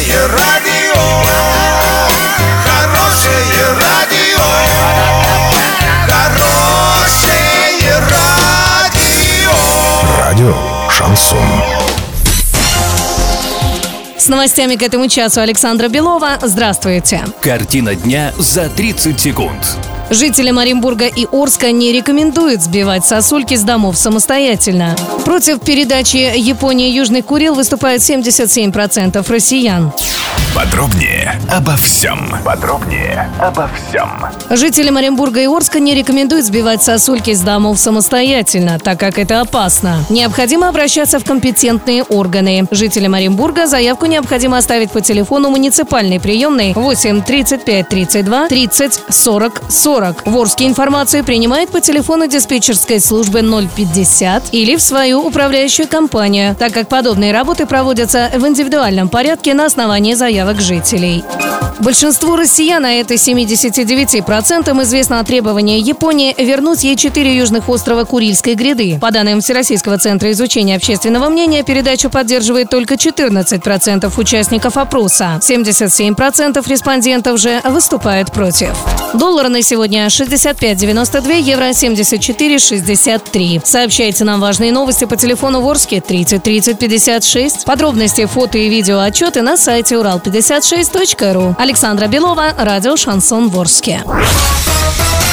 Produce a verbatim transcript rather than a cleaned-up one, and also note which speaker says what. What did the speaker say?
Speaker 1: Хорошее радио, хорошее радио, хорошее радио.
Speaker 2: Радио Шансон.
Speaker 3: С новостями к этому часу Александра Белова. Здравствуйте.
Speaker 4: Картина дня за тридцать секунд.
Speaker 3: Жителям Оренбурга и Орска не рекомендуют сбивать сосульки с домов самостоятельно. Против передачи Японии Южных Курил выступают семьдесят семь процентов россиян.
Speaker 2: Подробнее обо всем. Подробнее обо всем.
Speaker 3: Жителям Оренбурга и Орска не рекомендуют сбивать сосульки с домов самостоятельно, так как это опасно. Необходимо обращаться в компетентные органы. Жителям Оренбурга заявку необходимо оставить по телефону муниципальной приемной восемь тридцать пять тридцать два тридцать сорок сорок. В Орске информацию принимает по телефону диспетчерской службы ноль пятьдесят или в свою управляющую компанию, так как подобные работы проводятся в индивидуальном порядке на основании заявок жителей. Большинству россиян, а это семьдесят девять процентов, известно о требовании Японии вернуть ей четыре южных острова Курильской гряды. По данным Всероссийского центра изучения общественного мнения, передачу поддерживает только четырнадцать процентов участников опроса. семьдесят семь процентов респондентов же выступают против. Доллар на сегодня шестьдесят пять девяносто два, евро семьдесят четыре шестьдесят три. Сообщайте нам важные новости по телефону в Орске тридцать тридцать пятьдесят шесть. Подробности, фото и видео отчеты на сайте урал пятьдесят шесть точка ру. Александра Белова, радио Шансон в Орске.